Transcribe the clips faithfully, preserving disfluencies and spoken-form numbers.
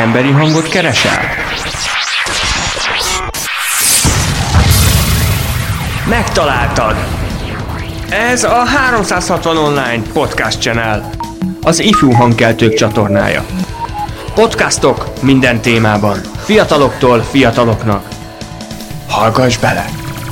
Emberi hangot keresel? Megtaláltad! Ez a háromszázhatvan Online Podcast Channel, az ifjú hangkeltők csatornája. Podcastok minden témában, fiataloktól fiataloknak. Hallgass bele!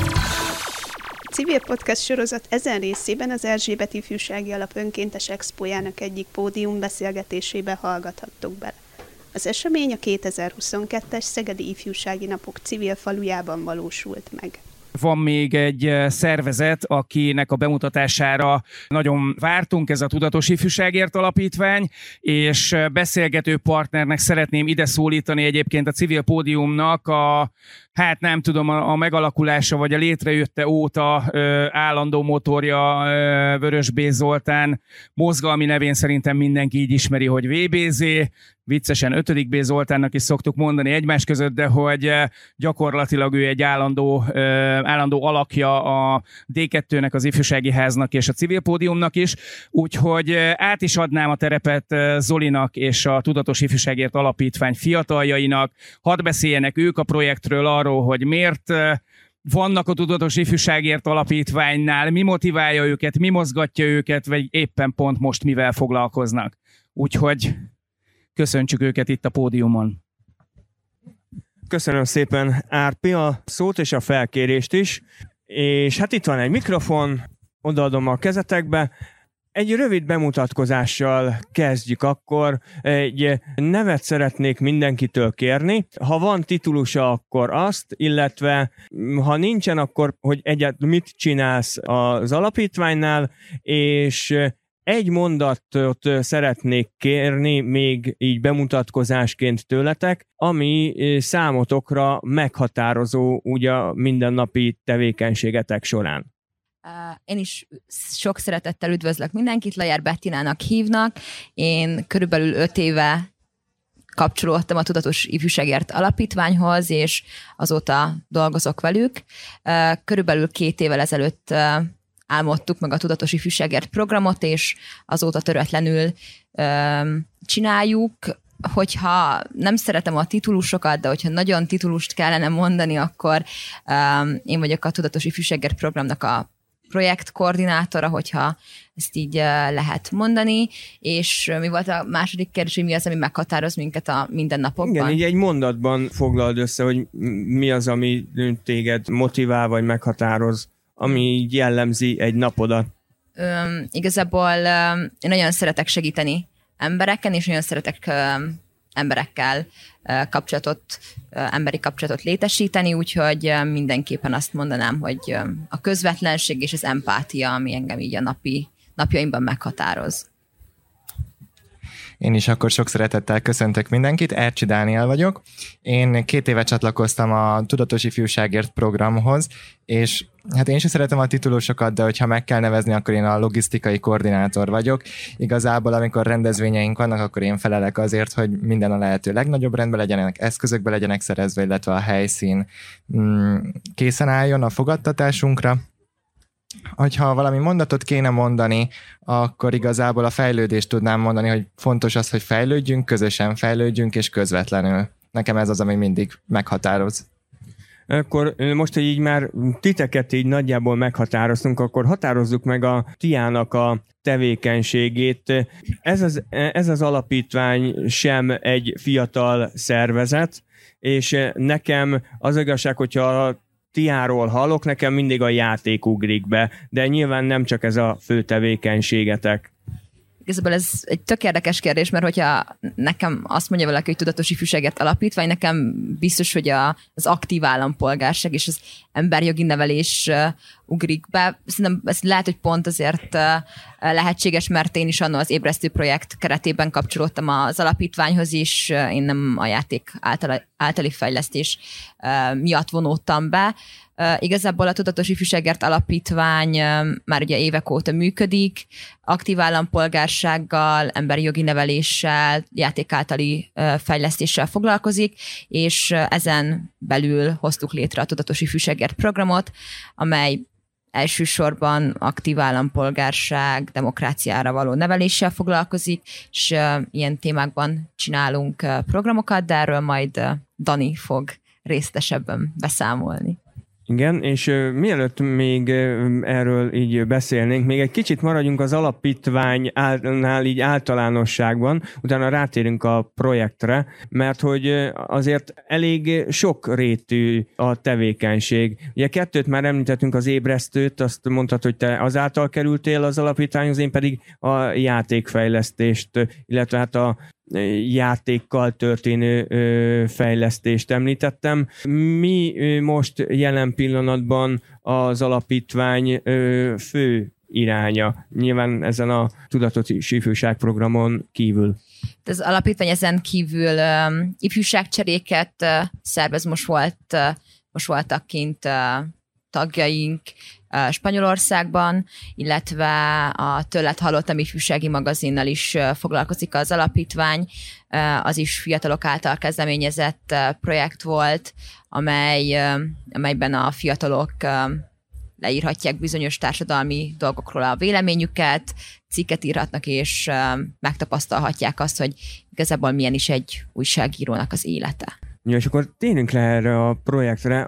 Civil Podcast sorozat ezen részében az Erzsébet Ifjúsági Alap önkéntes expójának egyik pódium beszélgetésébe hallgathattok bele. Az esemény a kétezer-huszonkettes Szegedi Ifjúsági Napok civil falujában valósult meg. Van még egy szervezet, akinek a bemutatására nagyon vártunk, ez a Tudatos Ifjúságért Alapítvány, és beszélgető partnernek szeretném ide szólítani egyébként a Civil Pódiumnak a, hát nem tudom, a, a megalakulása vagy a létrejötte óta ö, állandó motorja ö, Vörös B. Zoltán, mozgalmi nevén szerintem mindenki így ismeri, hogy vé bé zé, viccesen ötödik B. Zoltánnak is szoktuk mondani egymás között, de hogy gyakorlatilag ő egy állandó, állandó alakja a dé kettőnek, az Ifjúsági Háznak és a Civil Pódiumnak is, úgyhogy át is adnám a terepet Zolinak és a Tudatos Ifjúságért Alapítvány fiataljainak, hadd beszéljenek ők a projektről, arról, hogy miért vannak a Tudatos Ifjúságért Alapítványnál, mi motiválja őket, mi mozgatja őket, vagy éppen pont most mivel foglalkoznak. Úgyhogy köszöntsük őket itt a pódiumon. Köszönöm szépen, Árpi, a szót és a felkérést is. És hát itt van egy mikrofon, odaadom a kezetekbe. Egy rövid bemutatkozással kezdjük akkor. Egy nevet szeretnék mindenkitől kérni. Ha van titulusa, akkor azt, illetve ha nincsen, akkor hogy egyáltalán mit csinálsz az alapítványnál, és egy mondatot szeretnék kérni még így bemutatkozásként tőletek, ami számotokra meghatározó ugye a mindennapi tevékenységetek során. Én is sok szeretettel üdvözlök mindenkit, Lajár Bettinának hívnak. Én körülbelül öt éve kapcsolódtam a Tudatos Ifjúságért Alapítványhoz, és azóta dolgozok velük. Körülbelül két évvel ezelőtt álmodtuk meg a Tudatos Ifjúságért programot, és azóta töretlenül öm, csináljuk. Hogyha nem szeretem a titulusokat, de hogyha nagyon titulust kellene mondani, akkor öm, én vagyok a Tudatos Ifjúságért programnak a projektkoordinátora, hogyha ezt így uh, lehet mondani, és mi volt a második kérdés, hogy mi az, ami meghatároz minket a mindennapokban? Igen, így egy mondatban foglald össze, hogy mi az, ami téged motivál, vagy meghatároz, ami így jellemzi egy napodat. Üm, igazából um, én nagyon szeretek segíteni embereken, és nagyon szeretek um, emberekkel uh, kapcsolatot, uh, emberi kapcsolatot létesíteni, úgyhogy uh, mindenképpen azt mondanám, hogy um, a közvetlenség és az empátia, ami engem így a napi, napjaimban meghatároz. Én is akkor sok szeretettel köszöntök mindenkit, Ercsi Dániel vagyok. Én két éve csatlakoztam a Tudatos Ifjúságért programhoz, és hát én sem szeretem a titulusokat, de hogyha meg kell nevezni, akkor én a logisztikai koordinátor vagyok. Igazából, amikor rendezvényeink vannak, akkor én felelek azért, hogy minden a lehető legnagyobb rendben legyenek, eszközökbe legyenek szerezve, illetve a helyszín mm, készen álljon a fogadtatásunkra. Hogyha valami mondatot kéne mondani, akkor igazából a fejlődést tudnám mondani, hogy fontos az, hogy fejlődjünk, közösen fejlődjünk, és közvetlenül. Nekem ez az, ami mindig meghatároz. Akkor most, hogy így már titeket így nagyjából meghatároztunk, akkor határozzuk meg a tiának a tevékenységét. Ez az, ez az alapítvány sem egy fiatal szervezet, és nekem az igazság, hogyha tiáról hallok, nekem mindig a játék ugrik be, de nyilván nem csak ez a fő tevékenységetek. Igazából ez egy tök érdekes kérdés, mert hogyha nekem azt mondja valaki, hogy Tudatos Ifjúságért Alapítvány, nekem biztos, hogy a, az aktív állampolgárság és az emberjogi nevelés uh, ugrik be. Szerintem ez lehet, hogy pont azért uh, lehetséges, mert én is annól az ébresztő projekt keretében kapcsolódtam az alapítványhoz is, uh, én nem a játék általi, általi fejlesztés uh, miatt vonódtam be. Uh, igazából a Tudatos Ifjúságért Alapítvány uh, már ugye évek óta működik, aktív állampolgársággal, emberi jogi neveléssel, játék általi uh, fejlesztéssel foglalkozik, és uh, ezen belül hoztuk létre a Tudatos Ifjúságért programot, amely elsősorban aktív állampolgárság, demokráciára való neveléssel foglalkozik, és ilyen témákban csinálunk programokat, de erről majd Dani fog részletesebben beszámolni. Igen, és uh, mielőtt még uh, erről így beszélnénk, még egy kicsit maradjunk az alapítványnál így általánosságban, utána rátérünk a projektre, mert hogy uh, azért elég sokrétű a tevékenység. Ugye kettőt már említettünk, az ébresztőt, azt mondtad, hogy te azáltal kerültél az alapítványhoz, én pedig a játékfejlesztést, illetve hát a játékkal történő ö, fejlesztést említettem. Mi ö, most jelen pillanatban az alapítvány ö, fő iránya? Nyilván ezen a tudatos ifjúság programon kívül. Az alapítvány ezen kívül ö, ifjúságcseréket ö, szervez, most, volt, ö, most voltak kint ö, tagjaink Spanyolországban, illetve a Tőled hallottam ifjúsági magazinnal is foglalkozik az alapítvány. Az is fiatalok által kezdeményezett projekt volt, amely, amelyben a fiatalok leírhatják bizonyos társadalmi dolgokról a véleményüket, cikket írhatnak, és megtapasztalhatják azt, hogy igazából milyen is egy újságírónak az élete. Ja, és akkor térjünk le erre a projektre,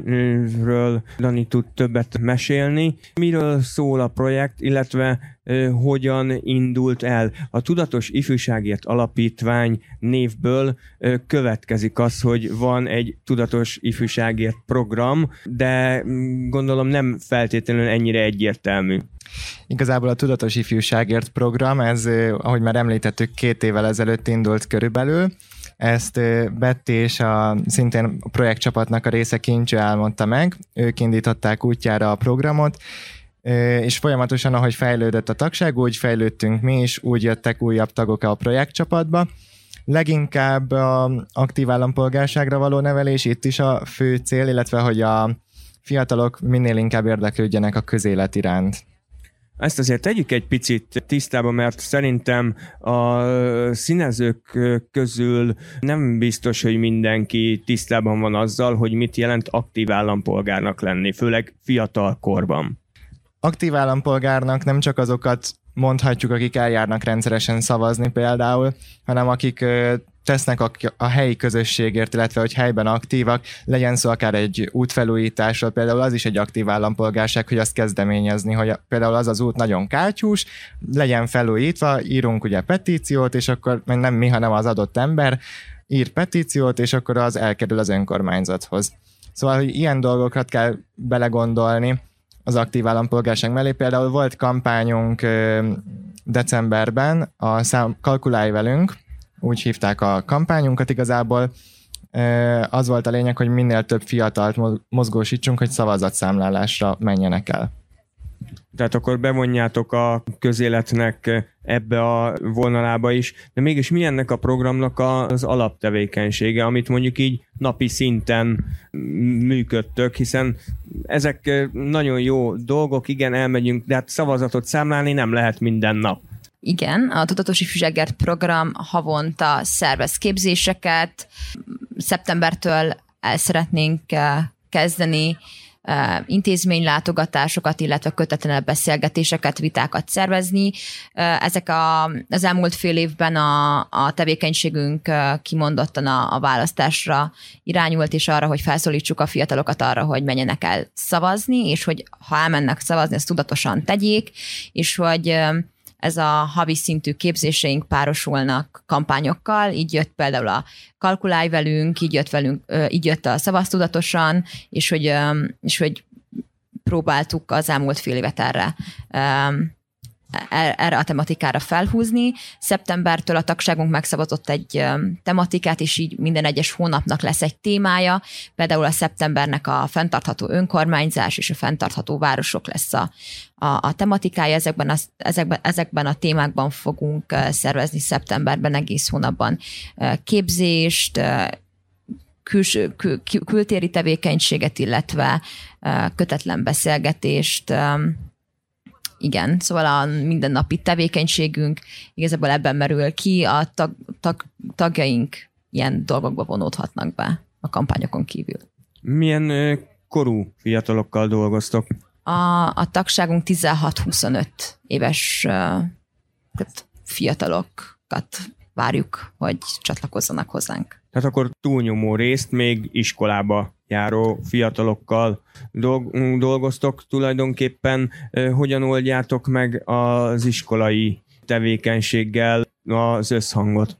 amiről Dani tud többet mesélni. Miről szól a projekt, illetve uh, hogyan indult el? A Tudatos Ifjúságért Alapítvány névből uh, következik az, hogy van egy Tudatos Ifjúságért program, de gondolom nem feltétlenül ennyire egyértelmű. Igazából a Tudatos Ifjúságért program, ez, ahogy már említettük, két évvel ezelőtt indult körülbelül. Ezt Betty és a, szintén a projektcsapatnak a része Kincső álmodta meg. Ők indították útjára a programot, és folyamatosan, ahogy fejlődött a tagság, úgy fejlődtünk mi is, úgy jöttek újabb tagok a projektcsapatba. Leginkább a aktív állampolgárságra való nevelés itt is a fő cél, illetve hogy a fiatalok minél inkább érdeklődjenek a közélet iránt. Ezt azért tegyük egy picit tisztába, mert szerintem a színezők közül nem biztos, hogy mindenki tisztában van azzal, hogy mit jelent aktív állampolgárnak lenni, főleg fiatal korban. Aktív állampolgárnak nem csak azokat mondhatjuk, akik eljárnak rendszeresen szavazni például, hanem akik tesznek a, a helyi közösségért, illetve hogy helyben aktívak, legyen szó akár egy útfelújításról, például az is egy aktív állampolgárság, hogy azt kezdeményezni, hogy például az az út nagyon kátyús, legyen felújítva, írunk ugye petíciót, és akkor nem mi, hanem az adott ember ír petíciót, és akkor az elkerül az önkormányzathoz. Szóval, hogy ilyen dolgokat kell belegondolni az aktív állampolgárság mellé. Például volt kampányunk decemberben, a szám, Kalkulálj velünk, úgy hívták a kampányunkat igazából. Az volt a lényeg, hogy minél több fiatalt mozgósítsunk, hogy szavazatszámlálásra menjenek el. Tehát akkor bevonjátok a közéletnek ebbe a vonalába is, de mégis mi ennek a programnak az alaptevékenysége, amit mondjuk így napi szinten működtök, hiszen ezek nagyon jó dolgok, igen, elmegyünk, de hát szavazatot számlálni nem lehet minden nap. Igen, a Tudatos Ifjúságért program havonta szervez képzéseket. Szeptembertől el szeretnénk kezdeni intézménylátogatásokat, illetve kötetlenebb beszélgetéseket, vitákat szervezni. Ezek a, az elmúlt fél évben a, a tevékenységünk kimondottan a, a választásra irányult, és arra, hogy felszólítsuk a fiatalokat arra, hogy menjenek el szavazni, és hogy ha elmennek szavazni, ezt tudatosan tegyék, és hogy ez a havi szintű képzéseink párosulnak kampányokkal, így jött például a Kalkulálj velünk, így jött, velünk, így jött a Szavazz tudatosan, és hogy, és hogy próbáltuk az elmúlt fél évet erre, erre a tematikára felhúzni. Szeptembertől a tagságunk megszavazott egy tematikát, és így minden egyes hónapnak lesz egy témája. Például a szeptembernek a fenntartható önkormányzás és a fenntartható városok lesz a, a, a tematikája. Ezekben a, ezekben, ezekben a témákban fogunk szervezni szeptemberben egész hónapban képzést, külső, kül, kültéri tevékenységet, illetve kötetlen beszélgetést. Igen, szóval a mindennapi tevékenységünk igazából ebben merül ki, a tag, tag, tagjaink ilyen dolgokba vonódhatnak be a kampányokon kívül. Milyen ö, korú fiatalokkal dolgoztok? A, a tagságunk tizenhat-huszonöt éves uh, fiatalokat várjuk, hogy csatlakozzanak hozzánk. Tehát akkor túlnyomó részt még iskolába járó fiatalokkal dolgoztok tulajdonképpen. Hogyan oldjátok meg az iskolai tevékenységgel az összhangot?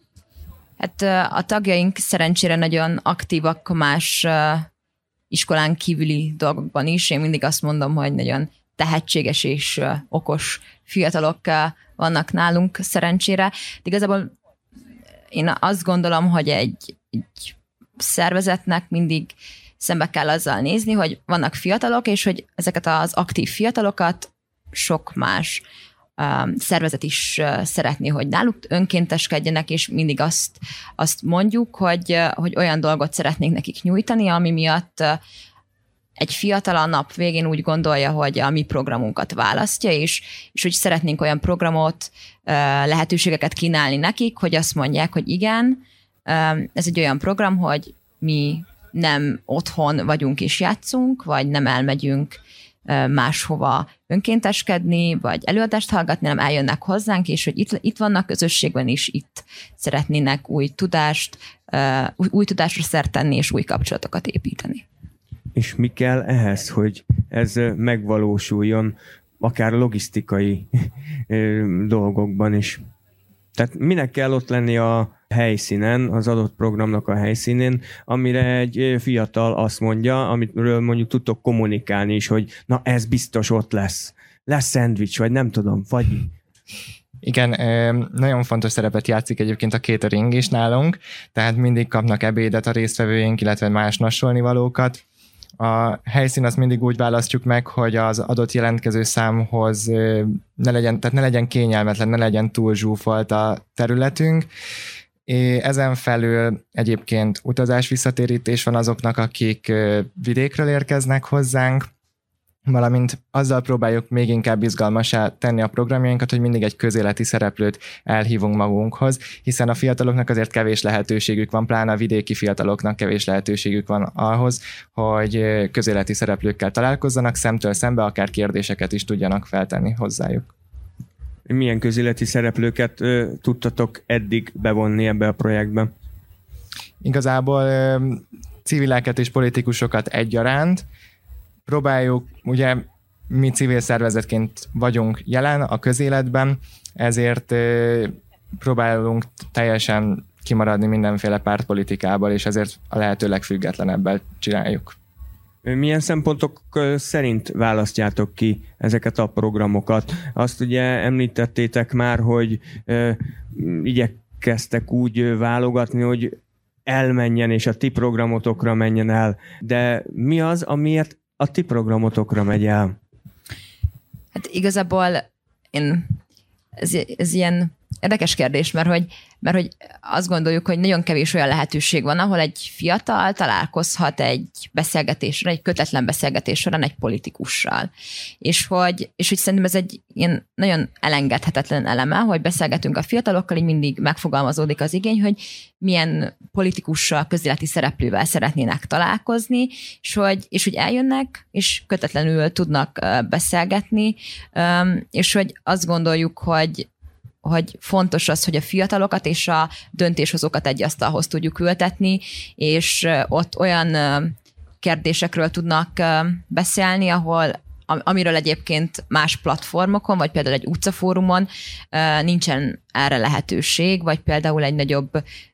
Hát a tagjaink szerencsére nagyon aktívak más iskolán kívüli dolgokban is. Én mindig azt mondom, hogy nagyon tehetséges és okos fiatalok vannak nálunk szerencsére. De igazából én azt gondolom, hogy egy, egy szervezetnek mindig szembe kell azzal nézni, hogy vannak fiatalok, és hogy ezeket az aktív fiatalokat sok más um, szervezet is uh, szeretné, hogy náluk önkénteskedjenek, és mindig azt, azt mondjuk, hogy, uh, hogy olyan dolgot szeretnénk nekik nyújtani, ami miatt uh, egy fiatal a nap végén úgy gondolja, hogy a mi programunkat választja, és, és hogy szeretnénk olyan programot, lehetőségeket kínálni nekik, hogy azt mondják, hogy igen, ez egy olyan program, hogy mi nem otthon vagyunk és játszunk, vagy nem elmegyünk máshova önkénteskedni, vagy előadást hallgatni, nem eljönnek hozzánk, és hogy itt, itt vannak közösségben is, itt szeretnének új tudást, új, új tudásra szert tenni, és új kapcsolatokat építeni. És mi kell ehhez, hogy ez megvalósuljon, akár logisztikai dolgokban is? Tehát minek kell ott lenni a helyszínen, az adott programnak a helyszínén, amire egy fiatal azt mondja, amiről mondjuk tudtok kommunikálni is, hogy na ez biztos ott lesz. Lesz szendvics, vagy nem tudom, vagy... Igen, nagyon fontos szerepet játszik egyébként a catering is nálunk, tehát mindig kapnak ebédet a résztvevőink, illetve más nasolnivalókat. A helyszín azt mindig úgy választjuk meg, hogy az adott jelentkező számhoz ne legyen, tehát ne legyen kényelmetlen, ne legyen túl zsúfolt a területünk. Ezen felül egyébként utazás visszatérítés van azoknak, akik vidékről érkeznek hozzánk, valamint azzal próbáljuk még inkább izgalmassá tenni a programjainkat, hogy mindig egy közéleti szereplőt elhívunk magunkhoz, hiszen a fiataloknak azért kevés lehetőségük van, pláne a vidéki fiataloknak kevés lehetőségük van ahhoz, hogy közéleti szereplőkkel találkozzanak, szemtől szembe akár kérdéseket is tudjanak feltenni hozzájuk. Milyen közéleti szereplőket ö, tudtatok eddig bevonni ebbe a projektbe? Igazából ö, civileket és politikusokat egyaránt. Próbáljuk, ugye mi civil szervezetként vagyunk jelen a közéletben, ezért ö, próbálunk teljesen kimaradni mindenféle pártpolitikából, és ezért a lehető legfüggetlenebbel csináljuk. Milyen szempontok szerint választjátok ki ezeket a programokat? Azt ugye említettétek már, hogy ö, igyekeztek úgy válogatni, hogy elmenjen és a ti programotokra menjen el. De mi az, amiért a ti programotokra megy el? Hát igazából én, ez, ez ilyen érdekes kérdés, mert hogy, mert hogy azt gondoljuk, hogy nagyon kevés olyan lehetőség van, ahol egy fiatal találkozhat egy beszélgetésre, egy kötetlen beszélgetés során egy politikussal. És hogy, és hogy szerintem ez egy ilyen nagyon elengedhetetlen eleme, hogy beszélgetünk a fiatalokkal, így mindig megfogalmazódik az igény, hogy milyen politikussal, közéleti szereplővel szeretnének találkozni, és hogy, és hogy eljönnek, és kötetlenül tudnak beszélgetni, és hogy azt gondoljuk, hogy hogy fontos az, hogy a fiatalokat és a döntéshozókat egy asztalhoz tudjuk ültetni, és ott olyan kérdésekről tudnak beszélni, ahol, amiről egyébként más platformokon, vagy például egy utcafórumon nincsen erre lehetőség, vagy például egy nagyobb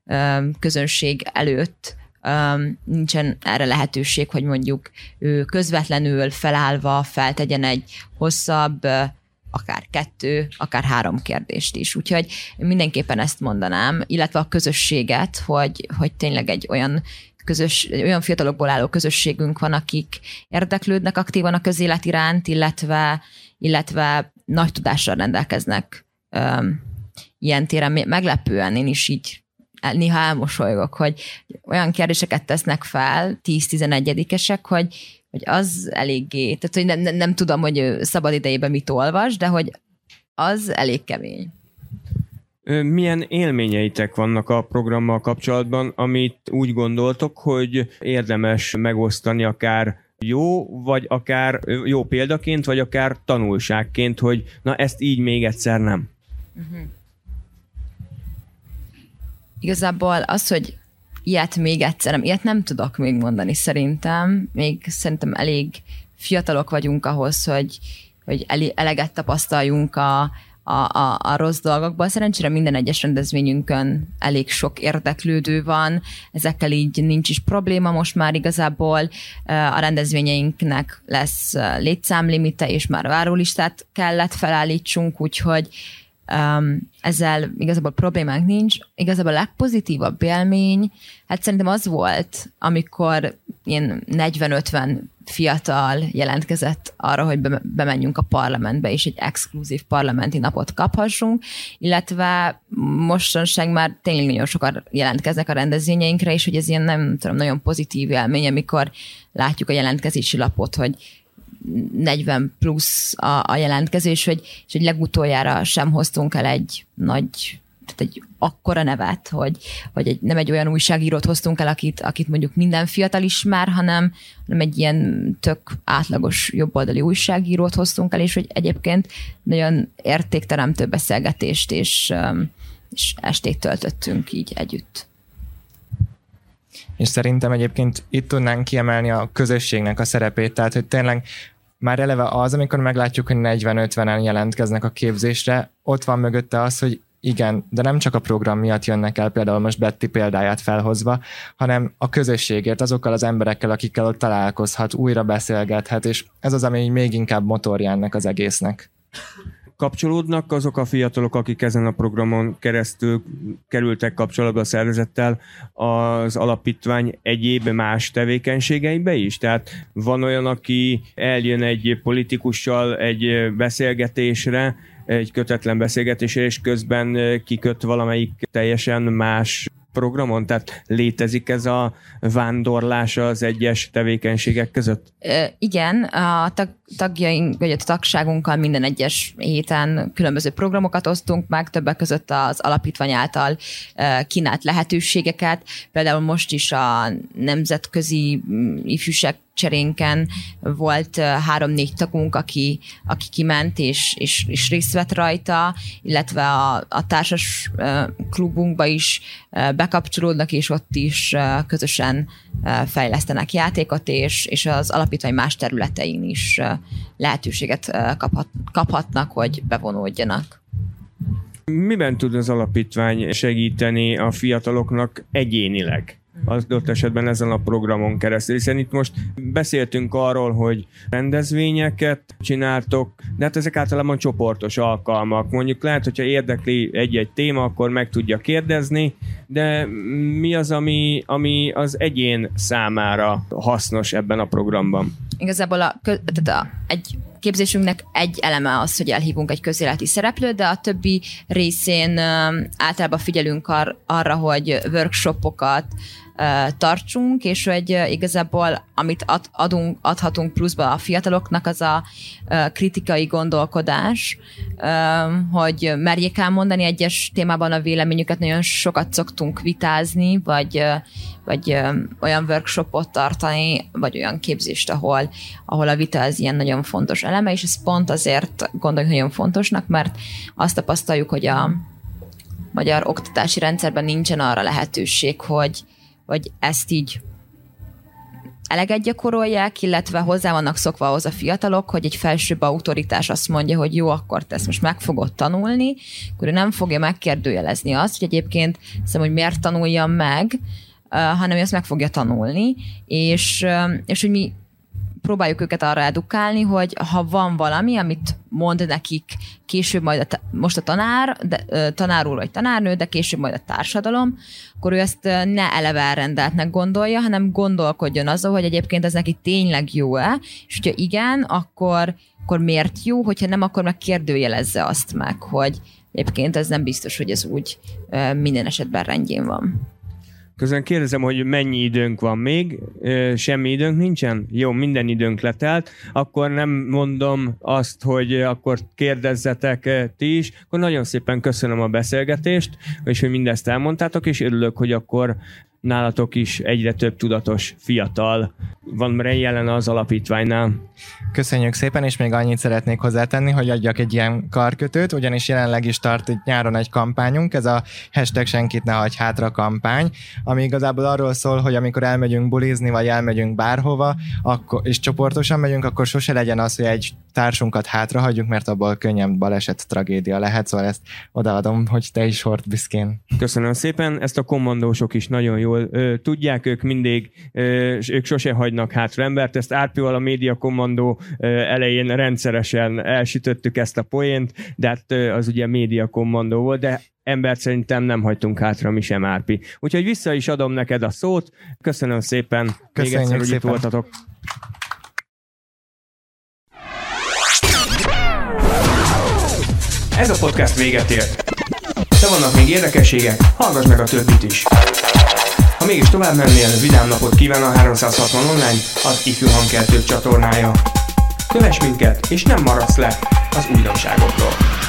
közönség előtt nincsen erre lehetőség, hogy mondjuk ő közvetlenül felállva feltegyen egy hosszabb, akár kettő, akár három kérdést is. Úgyhogy mindenképpen ezt mondanám, illetve a közösséget, hogy, hogy tényleg egy olyan, közös, olyan fiatalokból álló közösségünk van, akik érdeklődnek aktívan a közélet iránt, illetve, illetve nagy tudással rendelkeznek um, ilyen téren. Meglepően én is így néha elmosolygok, hogy olyan kérdéseket tesznek fel tíz-tizenegyedikesek, hogy hogy az eléggé, tehát hogy nem, nem, nem tudom, hogy szabad idejében mit olvas, de hogy az elég kemény. Milyen élményeitek vannak a programmal kapcsolatban, amit úgy gondoltok, hogy érdemes megosztani akár jó, vagy akár jó példaként, vagy akár tanulságként, hogy na ezt így még egyszer nem. Uh-huh. Igazából az, hogy ilyet még egyszer nem, ilyet nem tudok még mondani szerintem. Még szerintem elég fiatalok vagyunk ahhoz, hogy, hogy eleget tapasztaljunk a, a, a, a rossz dolgokból. Szerencsére minden egyes rendezvényünkön elég sok érdeklődő van, ezekkel így nincs is probléma most már igazából. A rendezvényeinknek lesz létszámlimite, és már várólistát kellett felállítsunk, úgyhogy Um, ezzel igazából problémánk nincs. Igazából a legpozitívabb élmény, hát szerintem az volt, amikor ilyen negyven-ötven fiatal jelentkezett arra, hogy be, bemenjünk a parlamentbe, és egy exkluzív parlamenti napot kaphassunk, illetve mostanság már tényleg nagyon sokan jelentkeznek a rendezvényeinkre, és hogy ez ilyen nem tudom, nagyon pozitív élmény, amikor látjuk a jelentkezési lapot, hogy negyven plusz a, a jelentkezés, hogy, és hogy legutoljára sem hoztunk el egy nagy, tehát egy akkora nevet, hogy, hogy egy, nem egy olyan újságírót hoztunk el, akit, akit mondjuk minden fiatal ismer, hanem, hanem egy ilyen tök átlagos jobboldali újságírót hoztunk el, és hogy egyébként nagyon értékteremtő beszélgetést és, és estét töltöttünk így együtt. És szerintem egyébként itt tudnánk kiemelni a közösségnek a szerepét, tehát hogy tényleg már eleve az, amikor meglátjuk, hogy negyven-ötvenen jelentkeznek a képzésre, ott van mögötte az, hogy igen, de nem csak a program miatt jönnek el, például most Betty példáját felhozva, hanem a közösségért, azokkal az emberekkel, akikkel ott találkozhat, újra beszélgethet, és ez az, ami még inkább motorja ennek az egésznek. Kapcsolódnak azok a fiatalok, akik ezen a programon keresztül kerültek kapcsolatba a szervezettel az alapítvány egyéb más tevékenységeibe is? Tehát van olyan, aki eljön egy politikussal egy beszélgetésre, egy kötetlen beszélgetésre, és közben kiköt valamelyik teljesen más programon? Tehát létezik ez a vándorlás az egyes tevékenységek között? E, igen, a tag, tagjaink, vagy a tagságunkkal minden egyes héten különböző programokat osztunk meg, többek között az alapítvány által kínált lehetőségeket. Például most is a nemzetközi ifjúság cserénken volt három-négy tagunk, aki, aki kiment és, és, és részt vett rajta, illetve a, a társas klubunkba is bekapcsolódnak, és ott is közösen fejlesztenek játékot, és, és az alapítvány más területein is lehetőséget kaphat, kaphatnak, hogy bevonódjanak. Miben tud az alapítvány segíteni a fiataloknak egyénileg? Az adott esetben ezen a programon keresztül, hiszen itt most beszéltünk arról, hogy rendezvényeket csináltok, de hát ezek általában csoportos alkalmak. Mondjuk lehet, hogyha érdekli egy-egy téma, akkor meg tudja kérdezni, de mi az, ami, ami az egyén számára hasznos ebben a programban? Igazából a, tehát a, egy képzésünknek egy eleme az, hogy elhívunk egy közéleti szereplőt, de a többi részén általában figyelünk ar- arra, hogy workshopokat tartsunk, és hogy igazából amit ad, adunk, adhatunk pluszba a fiataloknak, az a kritikai gondolkodás, hogy merjék elmondani egyes témában a véleményüket, nagyon sokat szoktunk vitázni, vagy, vagy olyan workshopot tartani, vagy olyan képzést, ahol, ahol a vita az ilyen nagyon fontos eleme, és ez pont azért gondoljuk nagyon fontosnak, mert azt tapasztaljuk, hogy a magyar oktatási rendszerben nincsen arra lehetőség, hogy hogy ezt így eleget gyakorolják, illetve hozzá vannak szokva ahhoz a fiatalok, hogy egy felsőbb autoritás azt mondja, hogy jó, akkor te ezt most meg fogod tanulni, akkor ő nem fogja megkérdőjelezni azt, hogy egyébként hiszem, hogy miért tanuljam meg, hanem ő ezt meg fogja tanulni, és, és hogy mi próbáljuk őket arra edukálni, hogy ha van valami, amit mond nekik később majd a, most a tanár, de, tanár úr vagy tanárnő, de később majd a társadalom, akkor ő ezt ne eleve elrendeltnek gondolja, hanem gondolkodjon azon, hogy egyébként ez neki tényleg jó-e, és hogyha igen, akkor, akkor miért jó, hogyha nem, akkor meg kérdőjelezze azt meg, hogy egyébként ez nem biztos, hogy ez úgy minden esetben rendjén van. Közben kérdezem, hogy mennyi időnk van még, semmi időnk nincsen? Jó, minden időnk letelt, akkor nem mondom azt, hogy akkor kérdezzetek ti is, akkor nagyon szépen köszönöm a beszélgetést, és hogy mindezt elmondtátok, és örülök, hogy akkor nálatok is egyre több tudatos fiatal van jelen az alapítványnál. Köszönjük szépen, és még annyit szeretnék hozzátenni, hogy adjak egy ilyen karkötőt, ugyanis jelenleg is tart egy nyáron egy kampányunk, ez a hashtag senkit ne hagyj hátra kampány, ami igazából arról szól, hogy amikor elmegyünk bulizni, vagy elmegyünk bárhova, akkor, és csoportosan megyünk, akkor sose legyen az, hogy egy társunkat hátrahagyjuk, mert abból könnyen baleset, tragédia lehet, szóval ezt odaadom, hogy te is hord büszkén. Köszönöm szépen, ezt a kommandósok is nagyon jól ö, tudják, ők mindig, ö, ők sose hagynak hátra embert, ezt Árpival a média kommandó ö, elején rendszeresen elsütöttük ezt a poént, de hát ö, az ugye média kommandó volt, de embert szerintem nem hagytunk hátra mi sem, Árpi. Úgyhogy vissza is adom neked a szót, köszönöm szépen, még egyszer, hogy itt voltatok. Ez a podcast véget ért. De vannak még érdekességek, hallgass meg a többit is. Ha mégis tovább mennél, vidám napot kíván a háromszázhatvan online, az Ifjú Hangkeltők csatornája. Kövess minket, és nem maradsz le az újdonságokról.